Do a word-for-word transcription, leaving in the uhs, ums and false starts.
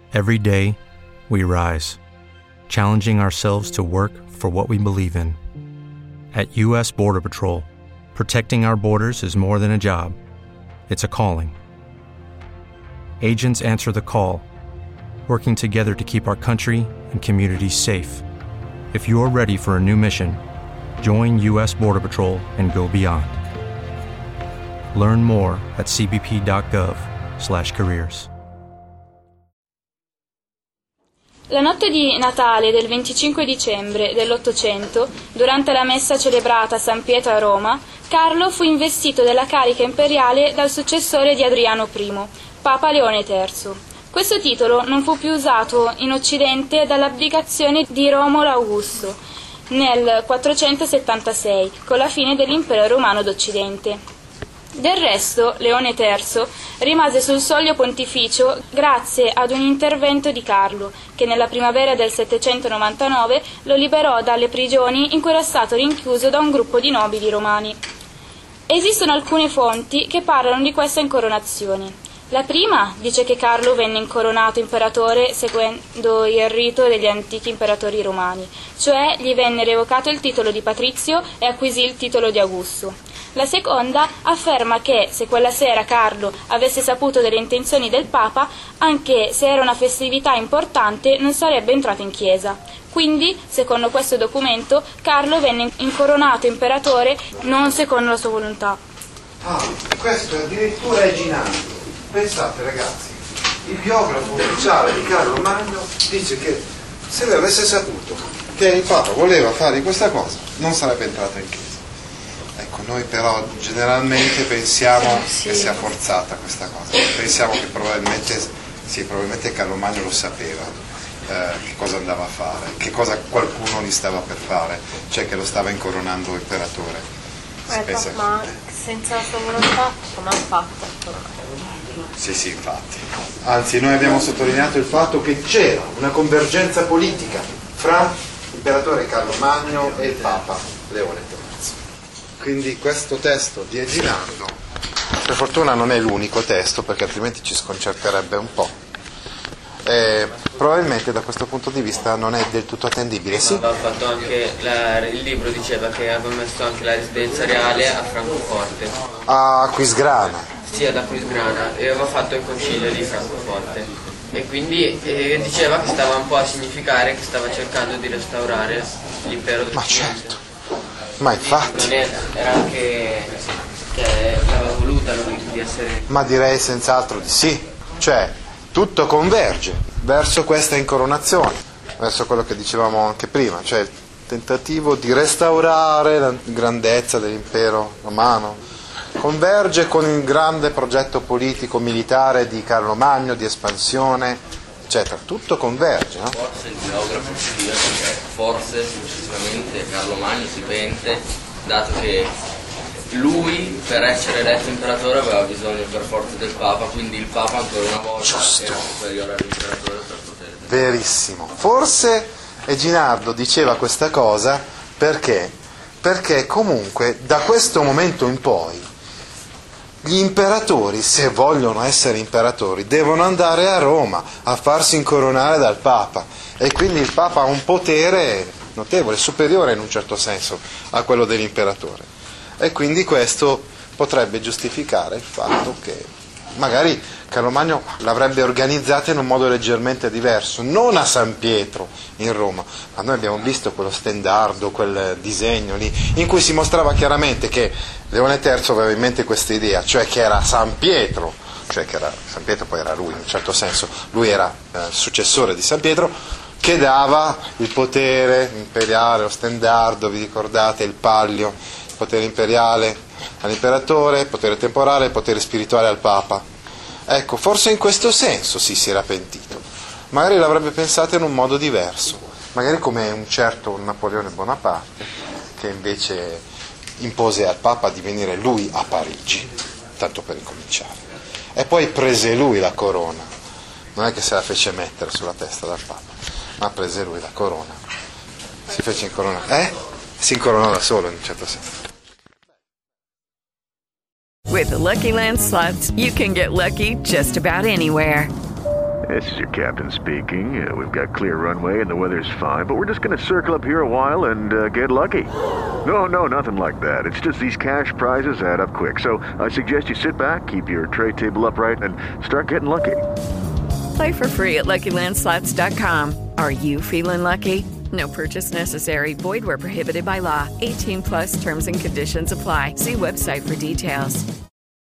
Every day, we rise, challenging ourselves to work for what we believe in. At U S Border Patrol, protecting our borders is more than a job. It's a calling. Agents answer the call, working together to keep our country and communities safe. If you're ready for a new mission, join U S Border Patrol and go beyond. Learn more at c b p dot gov slash careers. La notte di Natale del venticinque dicembre dell'Ottocento, durante la messa celebrata a San Pietro a Roma, Carlo fu investito della carica imperiale dal successore di Adriano primo, Papa Leone terzo. Questo titolo non fu più usato in Occidente dall'abdicazione di Romolo Augusto nel quattrocentosettantasei, con la fine dell'Impero Romano d'Occidente. Del resto, Leone terzo rimase sul soglio pontificio grazie ad un intervento di Carlo, che nella primavera del settecentonovantanove lo liberò dalle prigioni in cui era stato rinchiuso da un gruppo di nobili romani. Esistono alcune fonti che parlano di questa incoronazione. La prima dice che Carlo venne incoronato imperatore seguendo il rito degli antichi imperatori romani, cioè gli venne revocato il titolo di patrizio e acquisì il titolo di Augusto. La seconda afferma che, se quella sera Carlo avesse saputo delle intenzioni del Papa, anche se era una festività importante, non sarebbe entrato in chiesa. Quindi, secondo questo documento, Carlo venne incoronato imperatore non secondo la sua volontà. Ah, questo addirittura è Ginando. Pensate ragazzi, il biografo ufficiale di Carlo Magno dice che se lui avesse saputo che il Papa voleva fare questa cosa, non sarebbe entrato in chiesa. Ecco, noi però generalmente pensiamo che sia forzata questa cosa, pensiamo che probabilmente, sì, probabilmente Carlo Magno lo sapeva, eh, che cosa andava a fare, che cosa qualcuno gli stava per fare, cioè che lo stava incoronando imperatore. Ecco, ma senza la sua volontà come ha fatto? Sì, sì, infatti. Anzi, noi abbiamo sottolineato il fatto che c'era una convergenza politica fra l'imperatore Carlo Magno e il Papa Leone terzo. Quindi questo testo di Eginando, per fortuna non è l'unico testo, perché altrimenti ci sconcerterebbe un po'. E probabilmente da questo punto di vista non è del tutto attendibile. Sì? Aveva fatto anche la, il libro diceva che aveva messo anche la residenza reale a Francoforte. A Aquisgrana. Sì, ad Aquisgrana, e aveva fatto il concilio di Francoforte. E quindi eh, diceva che stava un po' a significare che stava cercando di restaurare l'impero del Ma certo, ma infatti. Non era, era anche che l'aveva voluta lui di essere. Ma direi senz'altro di sì, cioè tutto converge verso questa incoronazione, verso quello che dicevamo anche prima, cioè il tentativo di restaurare la grandezza dell'impero romano, converge con il grande progetto politico militare di Carlo Magno, di espansione, eccetera, tutto converge, no? Forse il geografo ci dice che forse successivamente Carlo Magno si pente, dato che lui per essere eletto imperatore aveva bisogno per forza del Papa, quindi il Papa ancora una volta Giusto. era superiore all'imperatore per poter. Verissimo. Forse Eginardo diceva questa cosa perché? Perché comunque da questo momento in poi gli imperatori, se vogliono essere imperatori, devono andare a Roma a farsi incoronare dal Papa, e quindi il Papa ha un potere notevole, superiore in un certo senso a quello dell'imperatore, e quindi questo potrebbe giustificare il fatto che magari Carlo Magno l'avrebbe organizzata in un modo leggermente diverso, non a San Pietro in Roma, ma noi abbiamo visto quello stendardo, quel disegno lì, in cui si mostrava chiaramente che Leone terzo aveva in mente questa idea, cioè che era San Pietro, cioè che era San Pietro poi era lui in un certo senso, lui era eh, successore di San Pietro, che dava il potere imperiale, lo stendardo, vi ricordate, il pallio, il potere imperiale all'imperatore, il potere temporale, il potere spirituale al Papa. Ecco, forse in questo senso sì, si era pentito, magari l'avrebbe pensato in un modo diverso, magari come un certo Napoleone Bonaparte, che invece impose al Papa di venire lui a Parigi, tanto per incominciare, e poi prese lui la corona, non è che se la fece mettere sulla testa dal Papa, ma prese lui la corona, si fece incoronare, eh? Si incoronò da solo in un certo senso. With the Lucky Land Slots, you can get lucky just about anywhere. This is your captain speaking. Uh, we've got clear runway and the weather's fine, but we're just going to circle up here a while and uh, get lucky. No, no, nothing like that. It's just these cash prizes add up quick. So I suggest you sit back, keep your tray table upright, and start getting lucky. Play for free at Lucky Land Slots dot com. Are you feeling lucky? No purchase necessary. Void where prohibited by law. eighteen plus terms and conditions apply. See website for details.